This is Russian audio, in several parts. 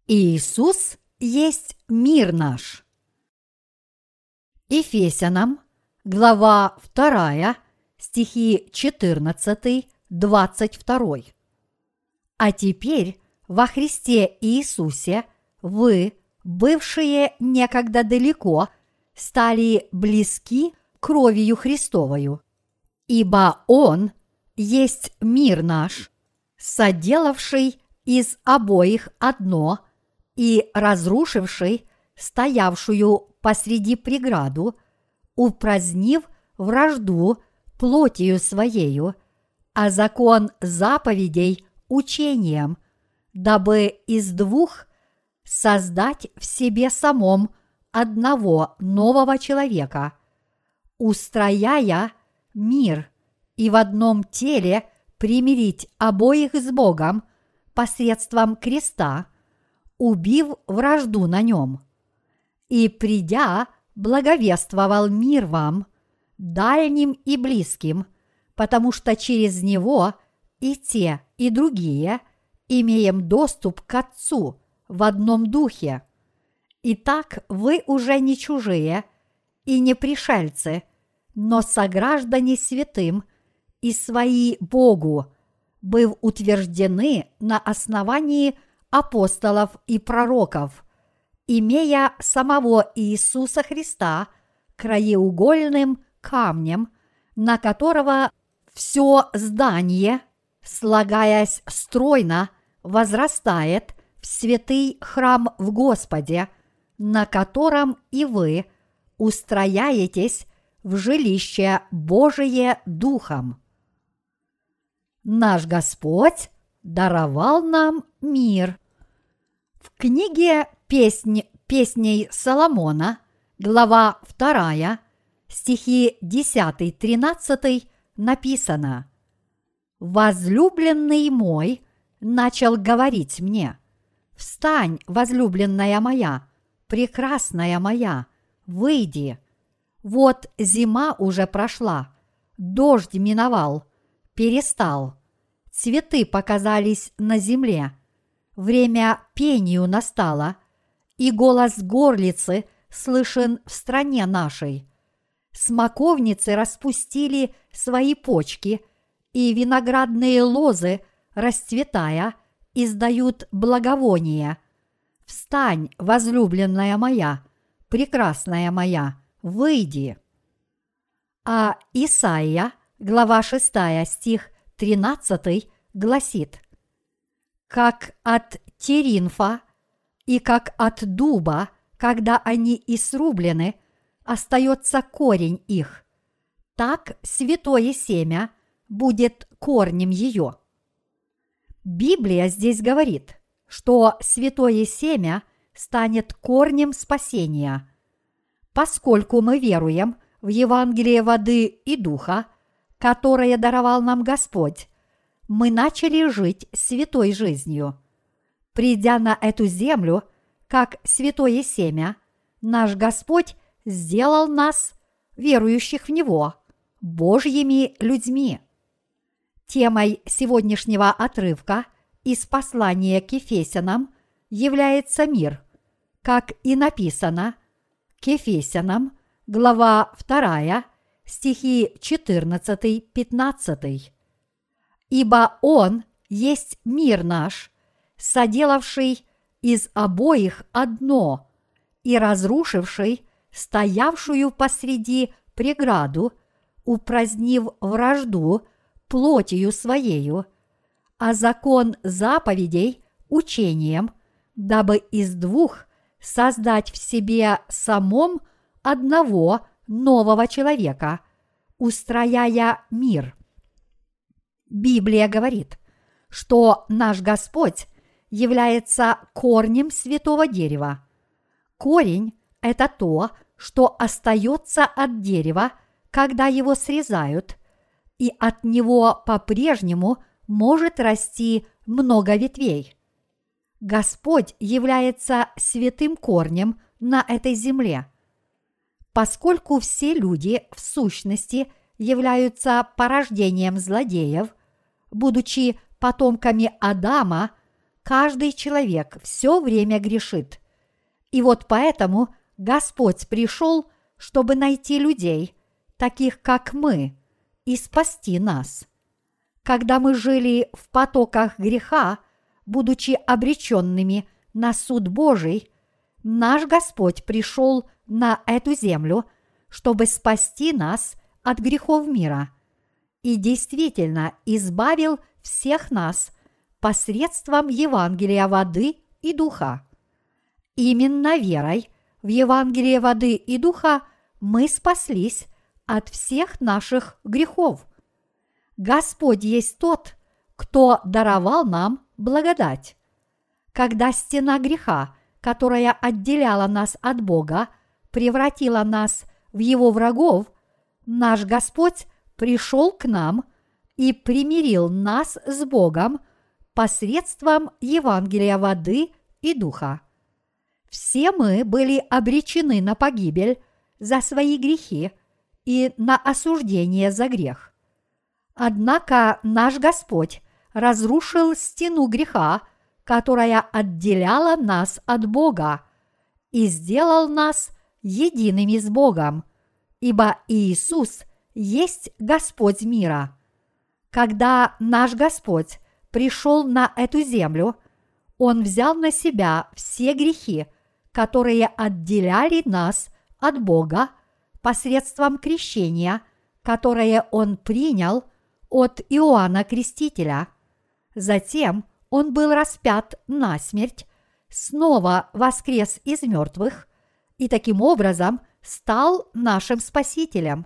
Иисус есть мир наш. Ефесянам, глава 2, стихи 14-22. А теперь во Христе Иисусе вы, бывшие некогда далеко, стали близки кровью Христовою, ибо Он есть мир наш, соделавший из обоих одно и разрушивший стоявшую посреди преграду, упразднив вражду плотью своею, а закон заповедей учением, дабы из двух создать в себе самом одного нового человека, устрояя мир и в одном теле примирить обоих с Богом посредством креста, убив вражду на нем. И придя, благовествовал мир вам, дальним и близким, потому что через него и те, и другие имеем доступ к Отцу в одном духе. Итак, вы уже не чужие и не пришельцы, но сограждане святым и свои Богу, быв утверждены на основании апостолов и пророков, имея самого Иисуса Христа краеугольным камнем, на которого все здание, слагаясь стройно, возрастает в святый храм в Господе, на котором и вы устрояетесь в жилище Божие Духом. Наш Господь даровал нам мир. В книге Песней Соломона, глава 2, стихи 10-13 написано: «Возлюбленный мой начал говорить мне: встань, возлюбленная моя, прекрасная моя, выйди. Вот зима уже прошла, дождь миновал, перестал, цветы показались на земле, время пению настало, и голос горлицы слышен в стране нашей. Смоковницы распустили свои почки, и виноградные лозы, расцветая, издают благовоние. Встань, возлюбленная моя, прекрасная моя, выйди». А Исайя, глава 6, стих 13 гласит: «Как от теринфа и как от дуба, когда они и срублены, остается корень их, так святое семя будет корнем ее». Библия здесь говорит, что святое семя станет корнем спасения. Поскольку мы веруем в Евангелие воды и духа, которое даровал нам Господь, мы начали жить святой жизнью. Придя на эту землю, как святое семя, наш Господь сделал нас, верующих в Него, Божьими людьми. Темой сегодняшнего отрывка из послания к Ефесянам является мир, как и написано к Ефесянам, глава 2, стихи 14-15. «Ибо Он есть мир наш, соделавший из обоих одно и разрушивший стоявшую посреди преграду, упразднив вражду плотью своею, а закон заповедей учением, дабы из двух создать в себе самом одного нового человека, устрояя мир». Библия говорит, что наш Господь является корнем святого дерева. Корень – это то, что остается от дерева, когда его срезают, и от него по-прежнему может расти много ветвей. Господь является святым корнем на этой земле. Поскольку все люди в сущности являются порождением злодеев, будучи потомками Адама, каждый человек все время грешит. И вот поэтому Господь пришел, чтобы найти людей, таких как мы, и спасти нас. Когда мы жили в потоках греха, будучи обреченными на суд Божий, наш Господь пришел на эту землю, чтобы спасти нас от грехов мира, и действительно избавил всех нас посредством Евангелия воды и духа. Именно верой в Евангелие воды и духа мы спаслись от всех наших грехов. Господь есть тот, кто даровал нам благодать. Когда стена греха, которая отделяла нас от Бога, превратила нас в Его врагов, наш Господь пришел к нам и примирил нас с Богом посредством Евангелия воды и духа. Все мы были обречены на погибель за свои грехи и на осуждение за грех. Однако наш Господь разрушил стену греха, которая отделяла нас от Бога, и сделал нас едиными с Богом, ибо Иисус есть Господь мира. Когда наш Господь пришел на эту землю, Он взял на себя все грехи, которые отделяли нас от Бога посредством крещения, которое Он принял от Иоанна Крестителя. Затем Он был распят насмерть, снова воскрес из мертвых и таким образом стал нашим Спасителем.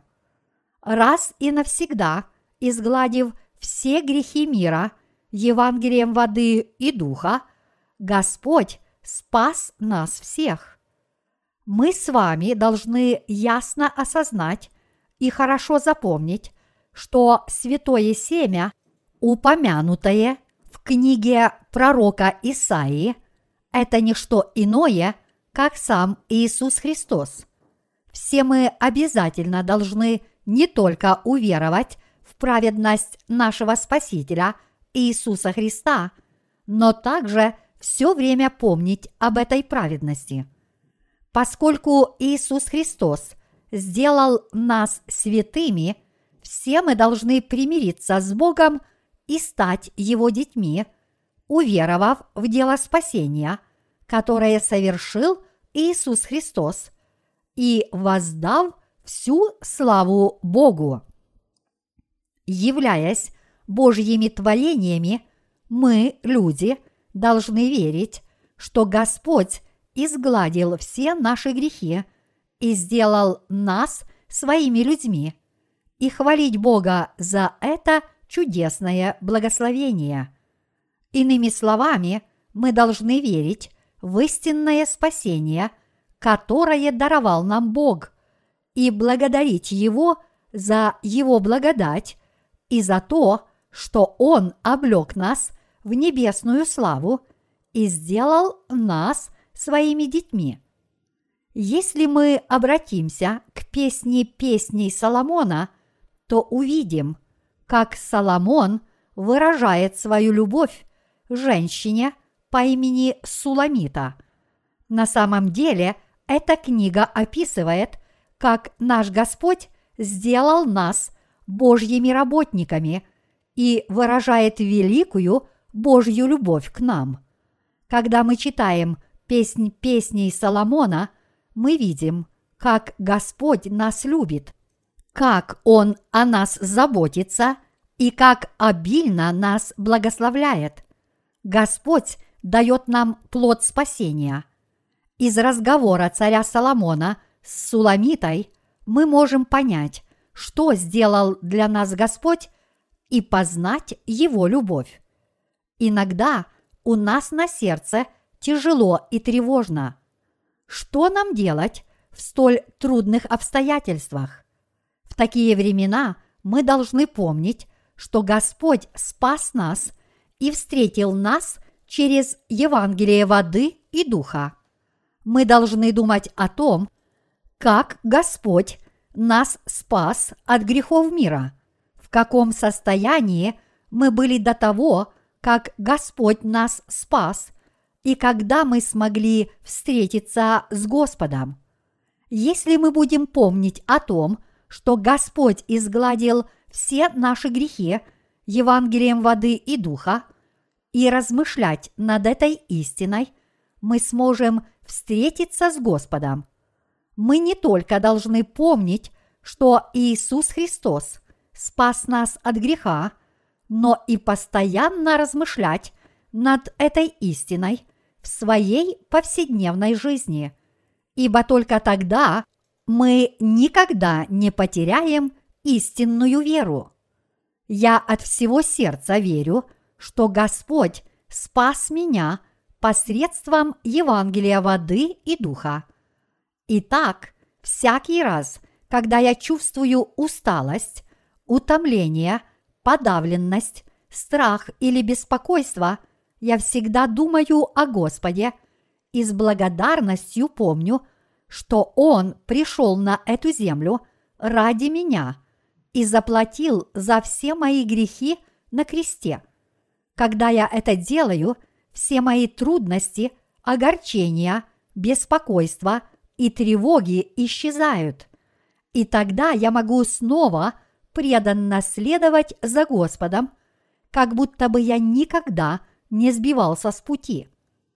Раз и навсегда изгладив все грехи мира Евангелием воды и духа, Господь спас нас всех. Мы с вами должны ясно осознать и хорошо запомнить, что святое семя, упомянутое в книге пророка Исаии, это не что иное, как сам Иисус Христос. Все мы обязательно должны не только уверовать в праведность нашего Спасителя Иисуса Христа, но также все время помнить об этой праведности. Поскольку Иисус Христос сделал нас святыми, все мы должны примириться с Богом и стать Его детьми, уверовав в дело спасения, которое совершил Иисус Христос, и воздав всю славу Богу. Являясь Божьими творениями, мы, люди, должны верить, что Господь изгладил все наши грехи и сделал нас своими людьми, и хвалить Бога за это чудесное благословение. Иными словами, мы должны верить в истинное спасение, которое даровал нам Бог, и благодарить Его за Его благодать и за то, что Он облек нас в небесную славу и сделал нас своими детьми. Если мы обратимся к песне песней Соломона, то увидим, как Соломон выражает свою любовь женщине по имени Суламита. На самом деле, эта книга описывает, как наш Господь сделал нас Божьими работниками и выражает великую Божью любовь к нам. Когда мы читаем «Песнь песней Соломона», мы видим, как Господь нас любит, как Он о нас заботится и как обильно нас благословляет. Господь дает нам плод спасения. Из разговора царя Соломона с Суламитой мы можем понять, что сделал для нас Господь, и познать Его любовь. Иногда у нас на сердце тяжело и тревожно. Что нам делать в столь трудных обстоятельствах? В такие времена мы должны помнить, что Господь спас нас и встретил нас через Евангелие воды и духа. Мы должны думать о том, как Господь нас спас от грехов мира, в каком состоянии мы были до того, как Господь нас спас и когда мы смогли встретиться с Господом. Если мы будем помнить о том, что Господь изгладил все наши грехи Евангелием воды и духа, и размышлять над этой истиной, мы сможем встретиться с Господом. Мы не только должны помнить, что Иисус Христос спас нас от греха, но и постоянно размышлять над этой истиной в своей повседневной жизни, ибо только тогда мы никогда не потеряем истинную веру. Я от всего сердца верю, что Господь спас меня посредством Евангелия воды и духа. Итак, всякий раз, когда я чувствую усталость, утомление, подавленность, страх или беспокойство, я всегда думаю о Господе и с благодарностью помню, что Он пришел на эту землю ради меня и заплатил за все мои грехи на кресте. Когда я это делаю, все мои трудности, огорчения, беспокойства и тревоги исчезают. И тогда я могу снова преданно следовать за Господом, как будто бы я никогда не сбивался с пути.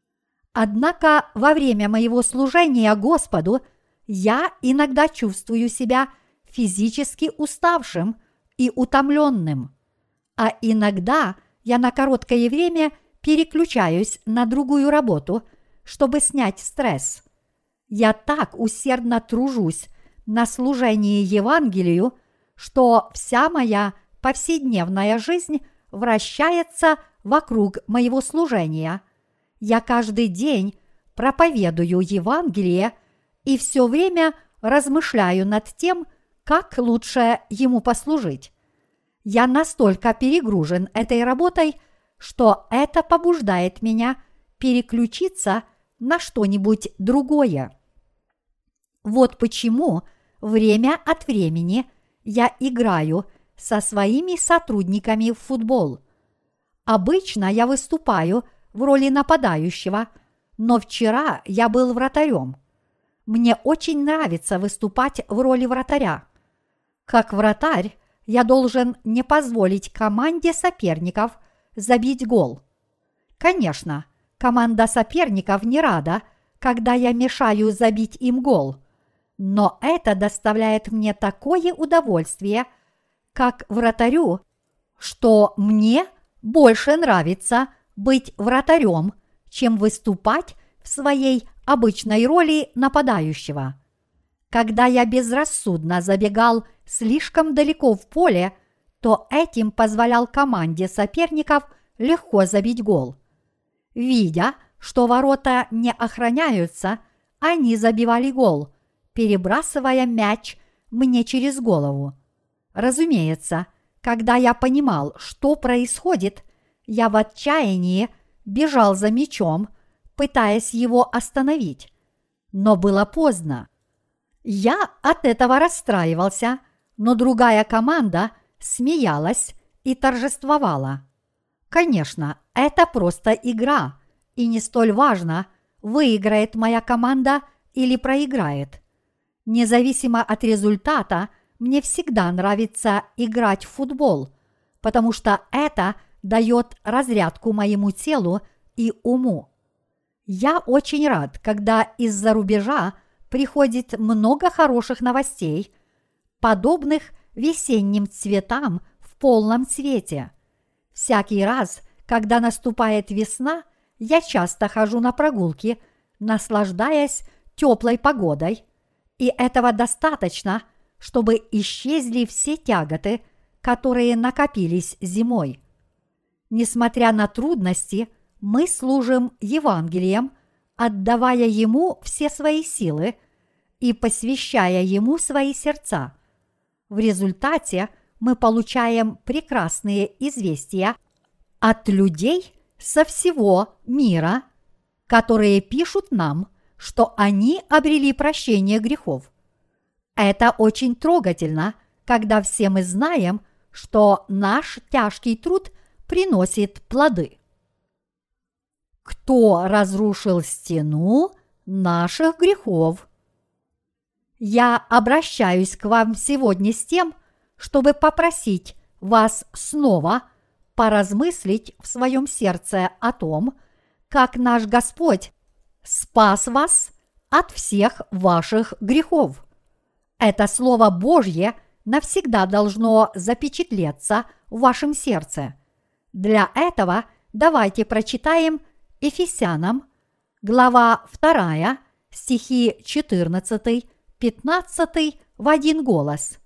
Однако во время моего служения Господу я иногда чувствую себя физически уставшим и утомленным, а иногда я на короткое время переключаюсь на другую работу, чтобы снять стресс. Я так усердно тружусь на служении Евангелию, что вся моя повседневная жизнь вращается вокруг моего служения. Я каждый день проповедую Евангелие и все время размышляю над тем, как лучше ему послужить. Я настолько перегружен этой работой, что это побуждает меня переключиться на что-нибудь другое. Вот почему время от времени я играю со своими сотрудниками в футбол. Обычно я выступаю в роли нападающего, но вчера я был вратарем. Мне очень нравится выступать в роли вратаря. Как вратарь я должен не позволить команде соперников забить гол. Конечно, команда соперников не рада, когда я мешаю забить им гол, но это доставляет мне такое удовольствие, как вратарю, что мне больше нравится быть вратарем, чем выступать в своей обычной роли нападающего. Когда я безрассудно забегал слишком далеко в поле, то этим позволял команде соперников легко забить гол. Видя, что ворота не охраняются, они забивали гол, перебрасывая мяч мне через голову. Разумеется, когда я понимал, что происходит, я в отчаянии бежал за мячом, пытаясь его остановить. Но было поздно. Я от этого расстраивался, но другая команда смеялась и торжествовала. Конечно, это просто игра, и не столь важно, выиграет моя команда или проиграет. Независимо от результата, мне всегда нравится играть в футбол, потому что это дает разрядку моему телу и уму. Я очень рад, когда из-за рубежа приходит много хороших новостей, подобных весенним цветам в полном цвете. Всякий раз, когда наступает весна, я часто хожу на прогулки, наслаждаясь теплой погодой, и этого достаточно, чтобы исчезли все тяготы, которые накопились зимой. Несмотря на трудности, мы служим Евангелием, отдавая Ему все свои силы и посвящая Ему свои сердца. В результате мы получаем прекрасные известия от людей со всего мира, которые пишут нам, что они обрели прощение грехов. Это очень трогательно, когда все мы знаем, что наш тяжкий труд приносит плоды. кто разрушил стену наших грехов. Я обращаюсь к вам сегодня с тем, чтобы попросить вас снова поразмыслить в своем сердце о том, как наш Господь спас вас от всех ваших грехов. Это Слово Божье навсегда должно запечатлеться в вашем сердце. Для этого давайте прочитаем Ефесянам, глава 2, стихи 14-15 в один голос.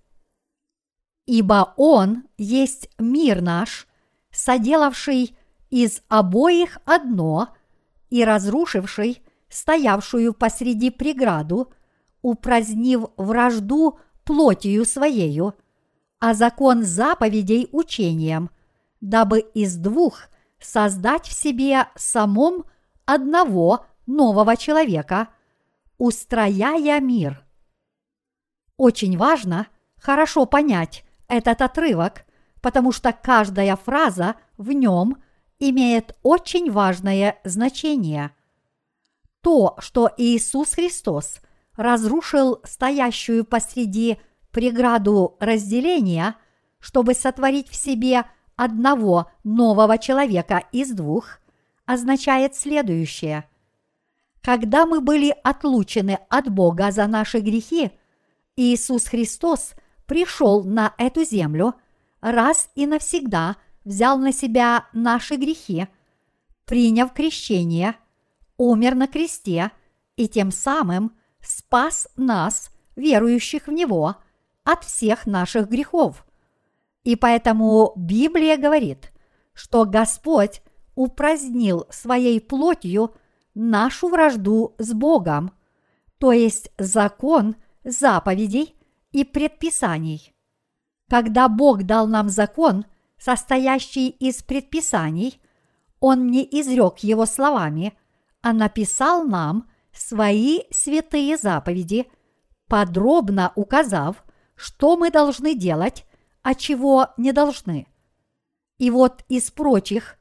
«Ибо Он есть мир наш, соделавший из обоих одно и разрушивший стоявшую посреди преграду, упразднив вражду плотью своею, а закон заповедей учением, дабы из двух создать в себе самом одного нового человека, устрояя мир». Очень важно хорошо понять этот отрывок, потому что каждая фраза в нем имеет очень важное значение. То, что Иисус Христос разрушил стоящую посреди преграду разделения, чтобы сотворить в себе одного нового человека из двух, означает следующее. Когда мы были отлучены от Бога за наши грехи, Иисус Христос пришел на эту землю, раз и навсегда взял на себя наши грехи, приняв крещение, умер на кресте и тем самым спас нас, верующих в Него, от всех наших грехов. И поэтому Библия говорит, что Господь упразднил своей плотью нашу вражду с Богом, то есть закон заповедей и предписаний. Когда Бог дал нам закон, состоящий из предписаний, Он не изрек его словами, а написал нам свои святые заповеди, подробно указав, что мы должны делать, а чего не должны. И вот из прочих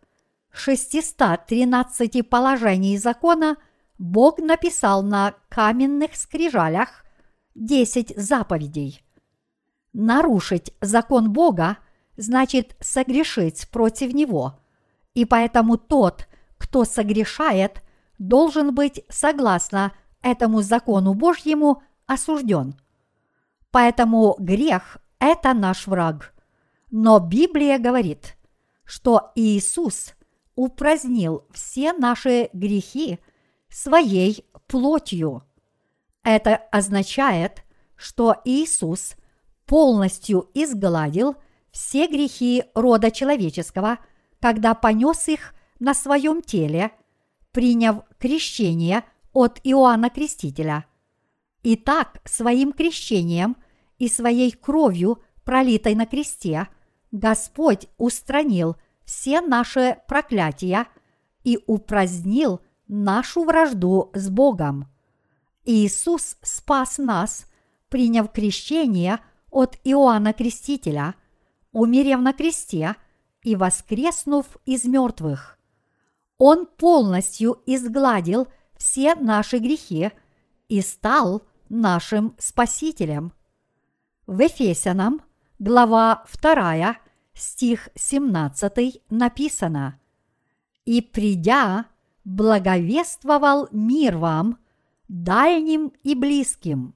613 положений закона Бог написал на каменных скрижалях 10 заповедей. Нарушить закон Бога значит согрешить против Него, и поэтому тот, кто согрешает, должен быть, согласно этому закону Божьему, осужден. Поэтому грех – это наш враг. Но Библия говорит, что Иисус упразднил все наши грехи своей плотью. Это означает, что Иисус полностью изгладил все грехи рода человеческого, когда понес их на своем теле, приняв крещение от Иоанна Крестителя. Итак, своим крещением и своей кровью, пролитой на кресте, Господь устранил все наши проклятия и упразднил нашу вражду с Богом. Иисус спас нас, приняв крещение от Иоанна Крестителя, умерев на кресте и воскреснув из мертвых. Он полностью изгладил все наши грехи и стал нашим Спасителем. В Ефесянам, глава 2, стих 17 написано: «И придя, благовествовал мир вам, дальним и близким».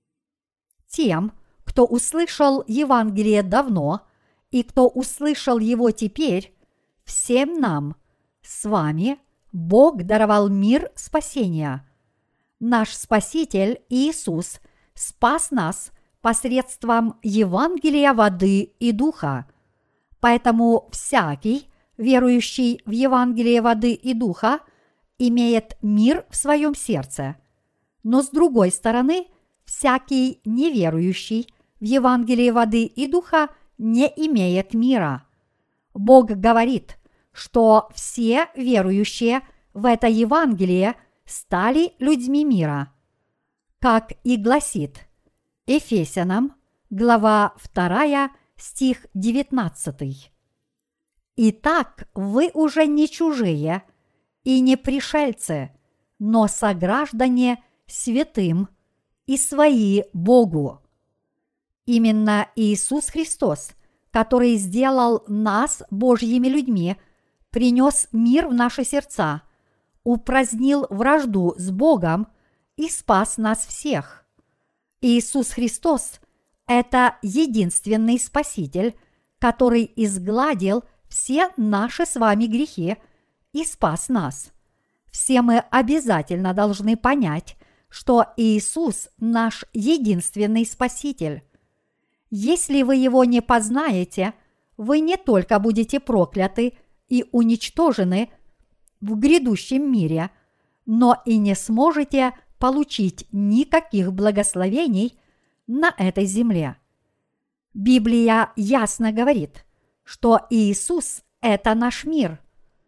Тем, кто услышал Евангелие давно и кто услышал его теперь, всем нам, с вами, Бог даровал мир спасения. Наш Спаситель Иисус спас нас посредством Евангелия воды и духа. Поэтому всякий, верующий в Евангелие воды и духа, имеет мир в своем сердце. Но с другой стороны, всякий неверующий в Евангелие воды и духа не имеет мира. Бог говорит, что все верующие в это Евангелие стали людьми мира. Как и гласит Ефесянам, глава 2, стих 19. «Итак, вы уже не чужие и не пришельцы, но сограждане святым и свои Богу. Именно Иисус Христос, который сделал нас Божьими людьми, принес мир в наши сердца, упразднил вражду с Богом и спас нас всех. Иисус Христос – это единственный Спаситель, который изгладил все наши с вами грехи и спас нас. Все мы обязательно должны понять, что Иисус – наш единственный Спаситель. Если вы Его не познаете, вы не только будете прокляты и уничтожены в грядущем мире, но и не сможете получить никаких благословений на этой земле. Библия ясно говорит, что Иисус – это наш мир.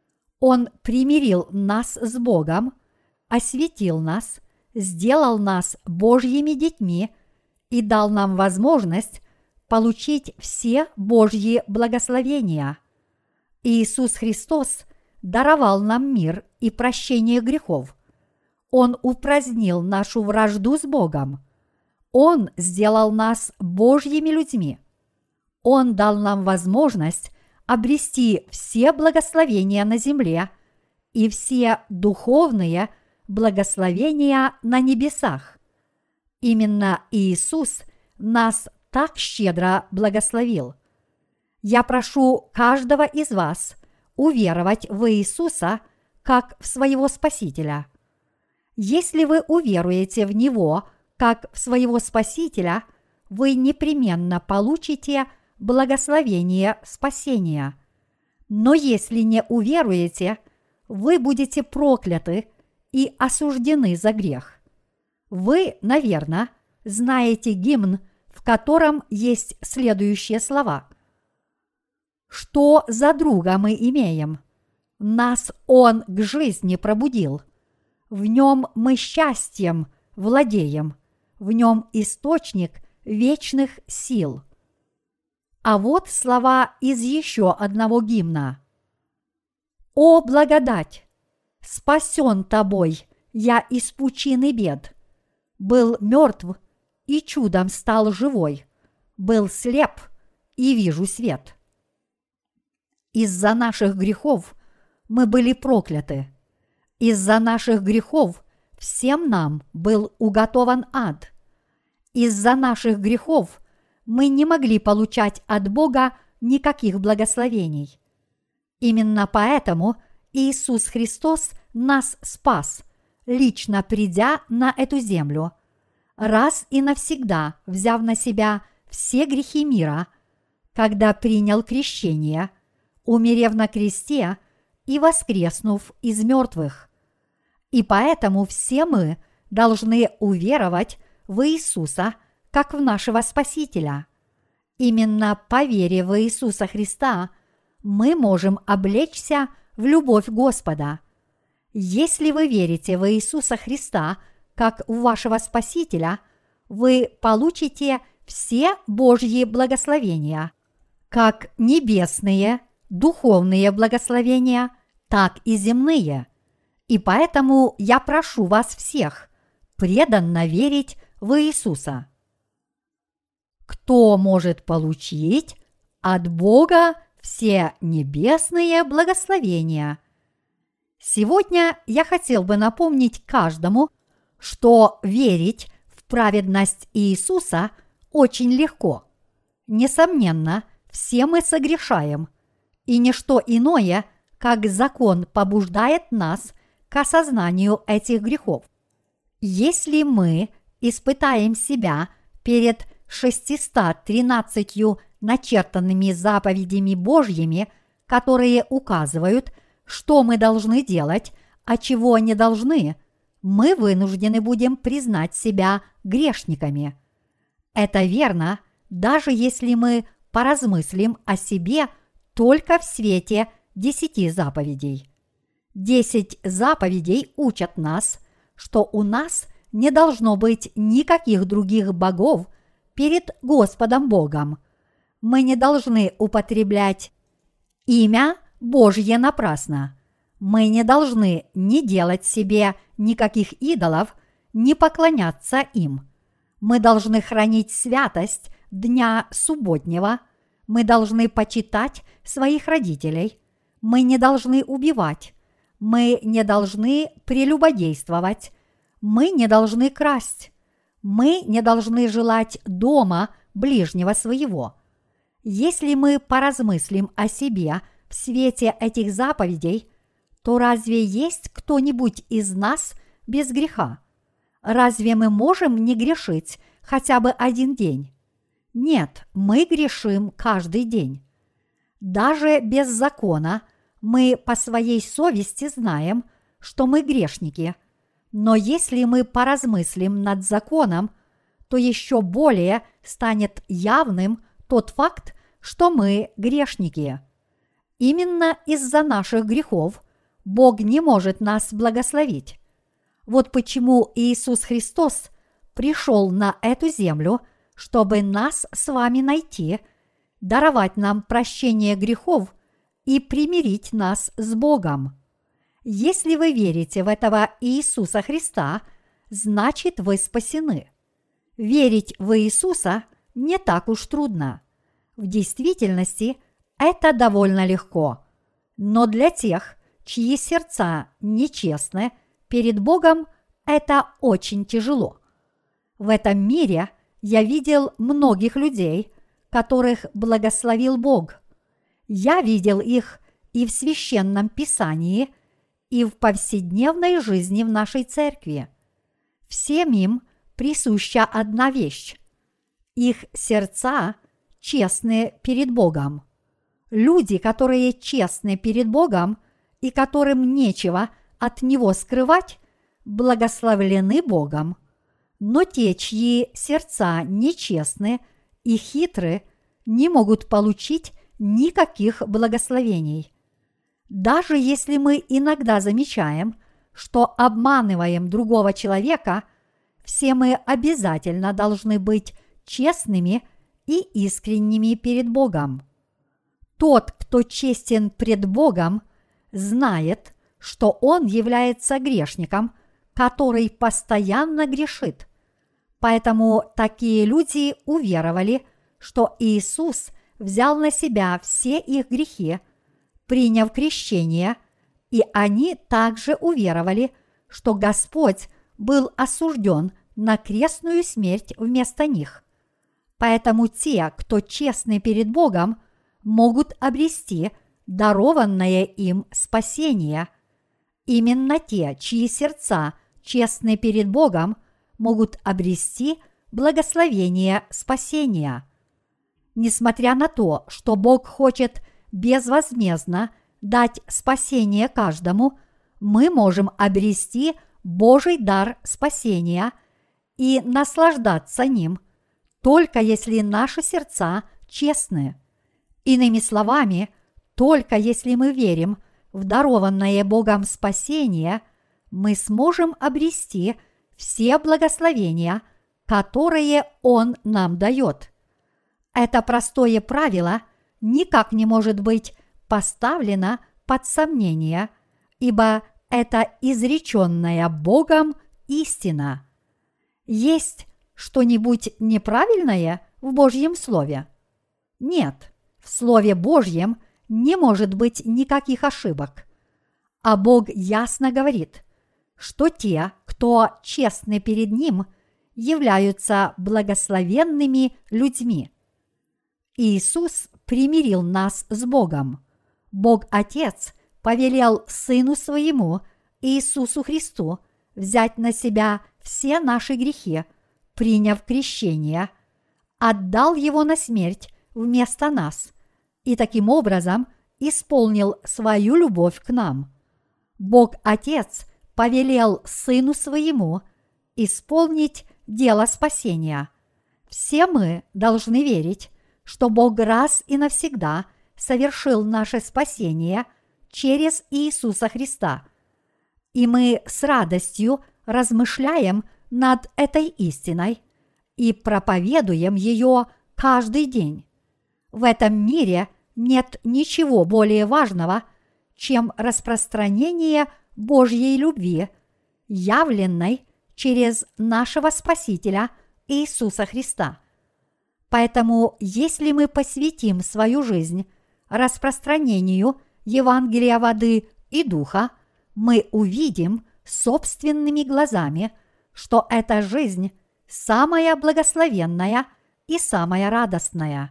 Он примирил нас с Богом, осветил нас, сделал нас Божьими детьми и дал нам возможность получить все Божьи благословения. Иисус Христос даровал нам мир и прощение грехов. Он упразднил нашу вражду с Богом. Он сделал нас Божьими людьми. Он дал нам возможность обрести все благословения на земле и все духовные благословения на небесах. Именно Иисус нас так щедро благословил. Я прошу каждого из вас уверовать в Иисуса как в своего Спасителя. Если вы уверуете в Него как в своего Спасителя, вы непременно получите благословение спасения. Но если не уверуете, вы будете прокляты и осуждены за грех. Вы, наверное, знаете гимн, в котором есть следующие слова. «Что за друга мы имеем? Нас Он к жизни пробудил. В Нем мы счастьем владеем, в Нем источник вечных сил». А вот слова из еще одного гимна. «О благодать! Спасен тобой я из пучины бед. Был мертв и чудом стал живой. Был слеп и вижу свет». Из-за наших грехов мы были прокляты. Из-за наших грехов всем нам был уготован ад. Из-за наших грехов мы не могли получать от Бога никаких благословений. Именно поэтому Иисус Христос нас спас, лично придя на эту землю, раз и навсегда взяв на себя все грехи мира, когда принял крещение, умерев на кресте и воскреснув из мертвых. И поэтому все мы должны уверовать в Иисуса как в нашего Спасителя. Именно по вере в Иисуса Христа мы можем облечься в любовь Господа. Если вы верите в Иисуса Христа как в вашего Спасителя, вы получите все Божьи благословения, как небесные, духовные благословения, так и земные. И поэтому я прошу вас всех преданно верить в Иисуса. Кто может получить от Бога все небесные благословения? Сегодня я хотел бы напомнить каждому, что верить в праведность Иисуса очень легко. Несомненно, все мы согрешаем, и ничто иное, как закон, побуждает нас к осознанию этих грехов. Если мы испытаем себя перед 613 начертанными заповедями Божьими, которые указывают, что мы должны делать, а чего не должны, мы вынуждены будем признать себя грешниками. Это верно, даже если мы поразмыслим о себе только в свете 10 заповедей. 10 заповедей учат нас, что у нас не должно быть никаких других богов перед Господом Богом. Мы не должны употреблять имя Божье напрасно. Мы не должны ни делать себе никаких идолов, ни поклоняться им. Мы должны хранить святость дня субботнего. Мы должны почитать своих родителей. Мы не должны убивать. Мы не должны прелюбодействовать. Мы не должны красть. Мы не должны желать дома ближнего своего. Если мы поразмыслим о себе в свете этих заповедей, то разве есть кто-нибудь из нас без греха? Разве мы можем не грешить хотя бы один день? Нет, мы грешим каждый день. Даже без закона мы по своей совести знаем, что мы грешники. Но если мы поразмыслим над законом, то еще более станет явным тот факт, что мы грешники. Именно из-за наших грехов Бог не может нас благословить. Вот почему Иисус Христос пришел на эту землю, чтобы нас с вами найти, даровать нам прощение грехов и примирить нас с Богом. Если вы верите в этого Иисуса Христа, значит вы спасены. Верить в Иисуса не так уж трудно. В действительности это довольно легко. Но для тех, чьи сердца нечестны перед Богом, это очень тяжело. В этом мире я видел многих людей, которых благословил Бог. Я видел их и в Священном Писании, и в повседневной жизни в нашей церкви. Всем им присуща одна вещь. Их сердца честны перед Богом. Люди, которые честны перед Богом и которым нечего от Него скрывать, благословлены Богом. Но те, чьи сердца нечестны и хитры, не могут получить никаких благословений. Даже если мы иногда замечаем, что обманываем другого человека, все мы обязательно должны быть честными и искренними перед Богом. Тот, кто честен пред Богом, знает, что он является грешником, который постоянно грешит. Поэтому такие люди уверовали, что Иисус взял на себя все их грехи, приняв крещение, и они также уверовали, что Господь был осужден на крестную смерть вместо них. Поэтому те, кто честны перед Богом, могут обрести дарованное им спасение. Именно те, чьи сердца честны перед Богом, могут обрести благословение спасения. Несмотря на то, что Бог хочет безвозмездно дать спасение каждому, мы можем обрести Божий дар спасения и наслаждаться ним, только если наши сердца честны. Иными словами, только если мы верим в дарованное Богом спасение, мы сможем обрести все благословения, которые Он нам дает. Это простое правило никак не может быть поставлено под сомнение, ибо это изреченная Богом истина. Есть что-нибудь неправильное в Божьем Слове? Нет, в Слове Божьем не может быть никаких ошибок. А Бог ясно говорит, что те, кто честны перед Ним, являются благословенными людьми. Иисус примирил нас с Богом. Бог Отец повелел Сыну Своему, Иисусу Христу, взять на себя все наши грехи, приняв крещение, отдал Его на смерть вместо нас и таким образом исполнил свою любовь к нам. Бог Отец повелел Сыну Своему исполнить дело спасения. Все мы должны верить, что Бог раз и навсегда совершил наше спасение через Иисуса Христа. И мы с радостью размышляем над этой истиной и проповедуем ее каждый день. В этом мире нет ничего более важного, чем распространение Божьей любви, явленной через нашего Спасителя Иисуса Христа. Поэтому, если мы посвятим свою жизнь распространению Евангелия воды и духа, мы увидим собственными глазами, что эта жизнь самая благословенная и самая радостная.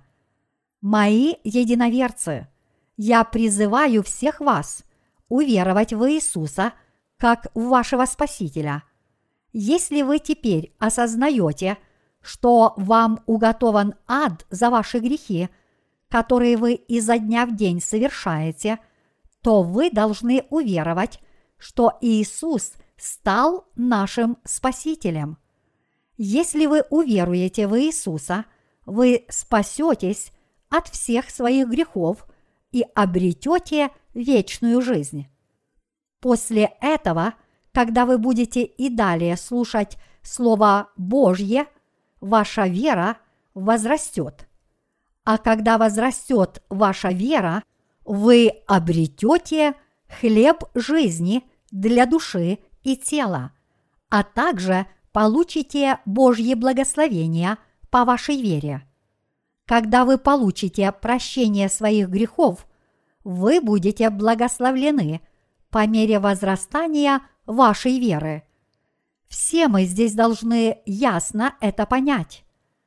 Мои единоверцы, я призываю всех вас уверовать в Иисуса как в вашего Спасителя. Если вы теперь осознаете, что вам уготован ад за ваши грехи, которые вы изо дня в день совершаете, то вы должны уверовать, что Иисус стал нашим Спасителем. Если вы уверуете в Иисуса, вы спасетесь от всех своих грехов и обретете вечную жизнь. После этого, когда вы будете и далее слушать Слово Божье, ваша вера возрастет. А когда возрастет ваша вера, вы обретете хлеб жизни для души и тела, а также получите Божье благословение по вашей вере. Когда вы получите прощение своих грехов, вы будете благословлены по мере возрастания вашей веры. Все мы здесь должны ясно это понять.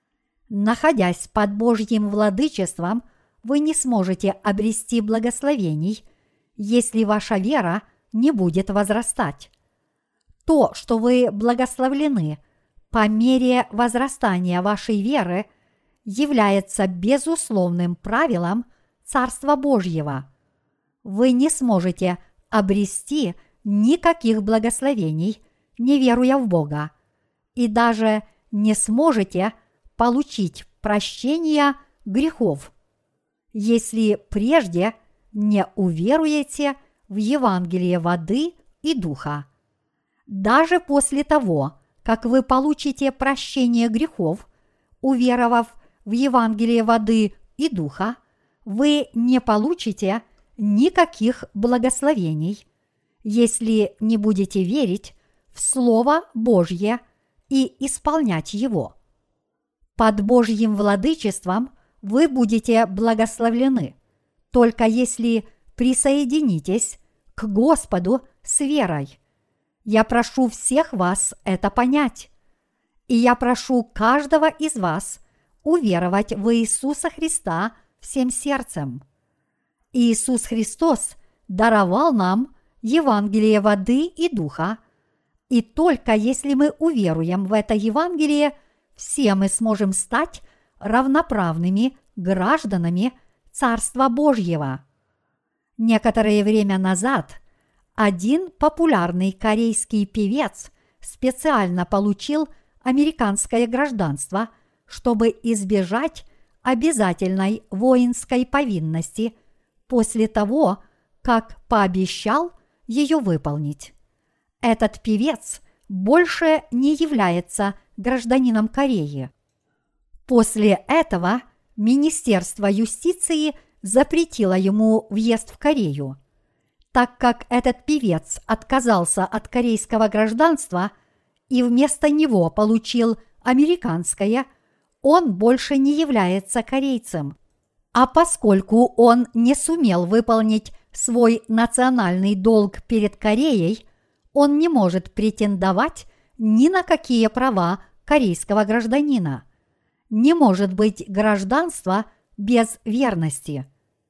Находясь под Божьим владычеством, вы не сможете обрести благословений, если ваша вера не будет возрастать. То, что вы благословлены по мере возрастания вашей веры, является безусловным правилом Царства Божьего. Вы не сможете обрести никаких благословений, не веруя в Бога, и даже не сможете получить прощение грехов, если прежде не уверуете в Евангелие воды и духа. Даже после того, как вы получите прощение грехов, уверовав в Евангелие воды и духа, вы не получите никаких благословений, если не будете верить в Слово Божье и исполнять его. Под Божьим владычеством вы будете благословлены, только если присоединитесь к Господу с верой. Я прошу всех вас это понять, и я прошу каждого из вас уверовать в Иисуса Христа всем сердцем. Иисус Христос даровал нам Евангелие воды и духа, и только если мы уверуем в это Евангелие, все мы сможем стать равноправными гражданами Царства Божьего. Некоторое время назад один популярный корейский певец специально получил американское гражданство, чтобы избежать обязательной воинской повинности после того, как пообещал ее выполнить. Этот певец больше не является гражданином Кореи. После этого Министерство юстиции запретило ему въезд в Корею. Так как этот певец отказался от корейского гражданства и вместо него получил американское, он больше не является корейцем. А поскольку он не сумел выполнить свой национальный долг перед Кореей, он не может претендовать ни на какие права корейского гражданина. Не может быть гражданства без верности.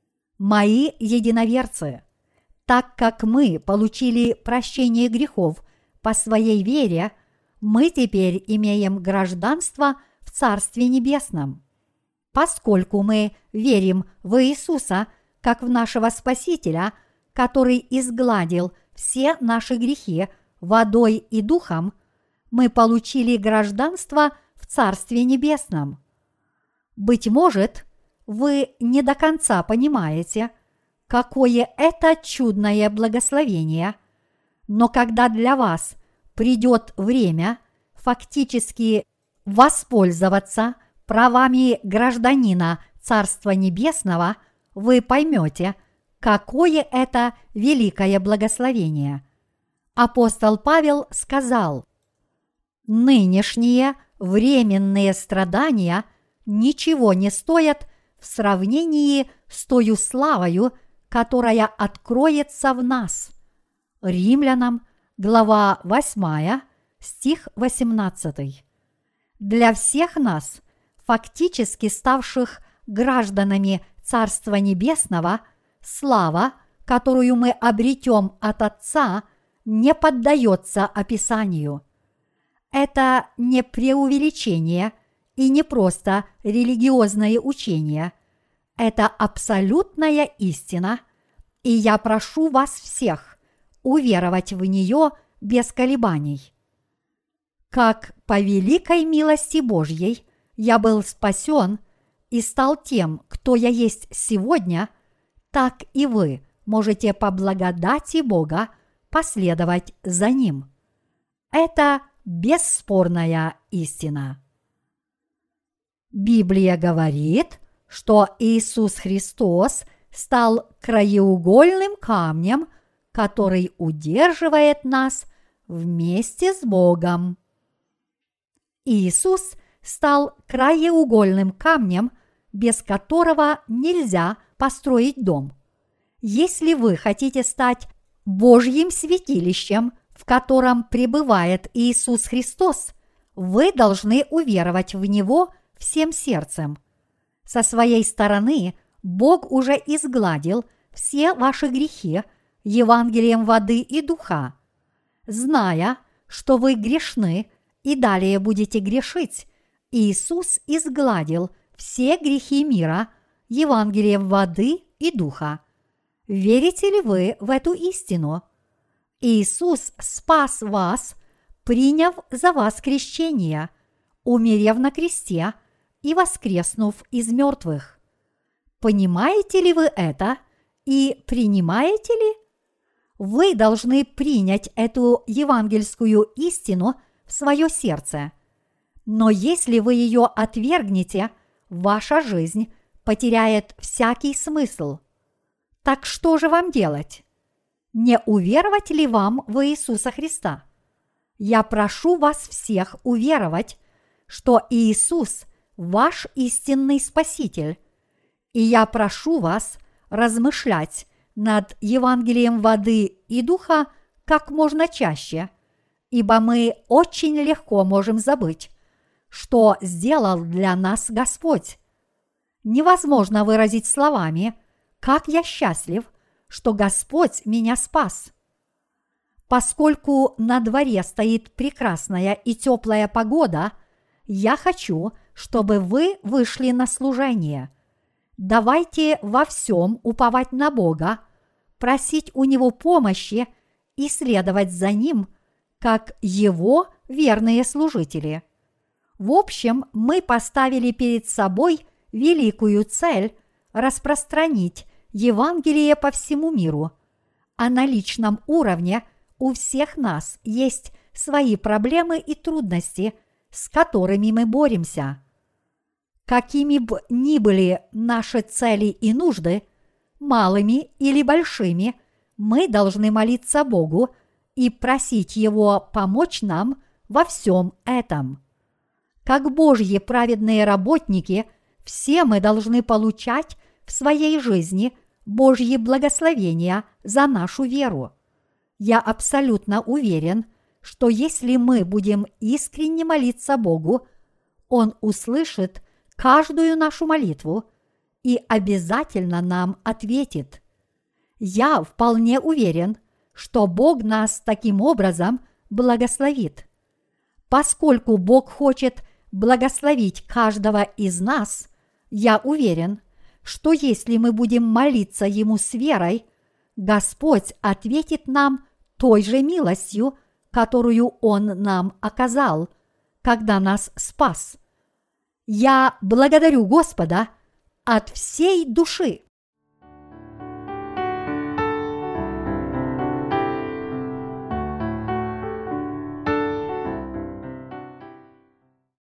Мои единоверцы, так как мы получили прощение грехов по своей вере, мы теперь имеем гражданство в Царстве Небесном. Поскольку мы верим в Иисуса как в нашего Спасителя, который изгладил все наши грехи водой и духом, мы получили гражданство в Царстве Небесном. Быть может, вы не до конца понимаете, какое это чудное благословение, но когда для вас придет время фактически воспользоваться правами гражданина Царства Небесного, вы поймете, какое это великое благословение. Апостол Павел сказал: «Нынешние временные страдания ничего не стоят в сравнении с тою славою, которая откроется в нас». Римлянам, глава 8, стих 18. Для всех нас, фактически ставших гражданами Царства Небесного, слава, которую мы обретем от Отца, не поддается описанию. Это не преувеличение и не просто религиозное учение. Это абсолютная истина, и я прошу вас всех уверовать в нее без колебаний. Как по великой милости Божьей я был спасен и стал тем, кто я есть сегодня, так и вы можете по благодати Бога последовать за Ним. Это бесспорная истина. Библия говорит, что Иисус Христос стал краеугольным камнем, который удерживает нас вместе с Богом. Иисус стал краеугольным камнем, без которого нельзя построить дом. Если вы хотите стать Божьим святилищем, в котором пребывает Иисус Христос, вы должны уверовать в Него всем сердцем. Со своей стороны Бог уже изгладил все ваши грехи Евангелием воды и духа. Зная, что вы грешны и далее будете грешить, Иисус изгладил все грехи мира Евангелием воды и духа. Верите ли вы в эту истину? Иисус спас вас, приняв за вас крещение, умерев на кресте и воскреснув из мертвых. Понимаете ли вы это и принимаете ли? Вы должны принять эту евангельскую истину в свое сердце. Но если вы ее отвергнете, ваша жизнь потеряет всякий смысл. Так что же вам делать? Не уверовать ли вам в Иисуса Христа? Я прошу вас всех уверовать, что Иисус – ваш истинный Спаситель, и я прошу вас размышлять над Евангелием воды и духа как можно чаще, ибо мы очень легко можем забыть, что сделал для нас Господь. Невозможно выразить словами, как я счастлив, что Господь меня спас. Поскольку на дворе стоит прекрасная и теплая погода, я хочу, чтобы вы вышли на служение. Давайте во всем уповать на Бога, просить у Него помощи и следовать за Ним, как Его верные служители. В общем, мы поставили перед собой великую цель распространить Евангелие по всему миру, а на личном уровне у всех нас есть свои проблемы и трудности, с которыми мы боремся. Какими бы ни были наши цели и нужды, малыми или большими, мы должны молиться Богу и просить Его помочь нам во всем этом. Как Божьи праведные работники, все мы должны получать в своей жизни Божьи благословения за нашу веру. Я абсолютно уверен, что если мы будем искренне молиться Богу, Он услышит каждую нашу молитву и обязательно нам ответит. Я вполне уверен, что Бог нас таким образом благословит. Поскольку Бог хочет благословить каждого из нас, я уверен, что если мы будем молиться Ему с верой, Господь ответит нам той же милостью, которую Он нам оказал, когда нас спас. Я благодарю Господа от всей души.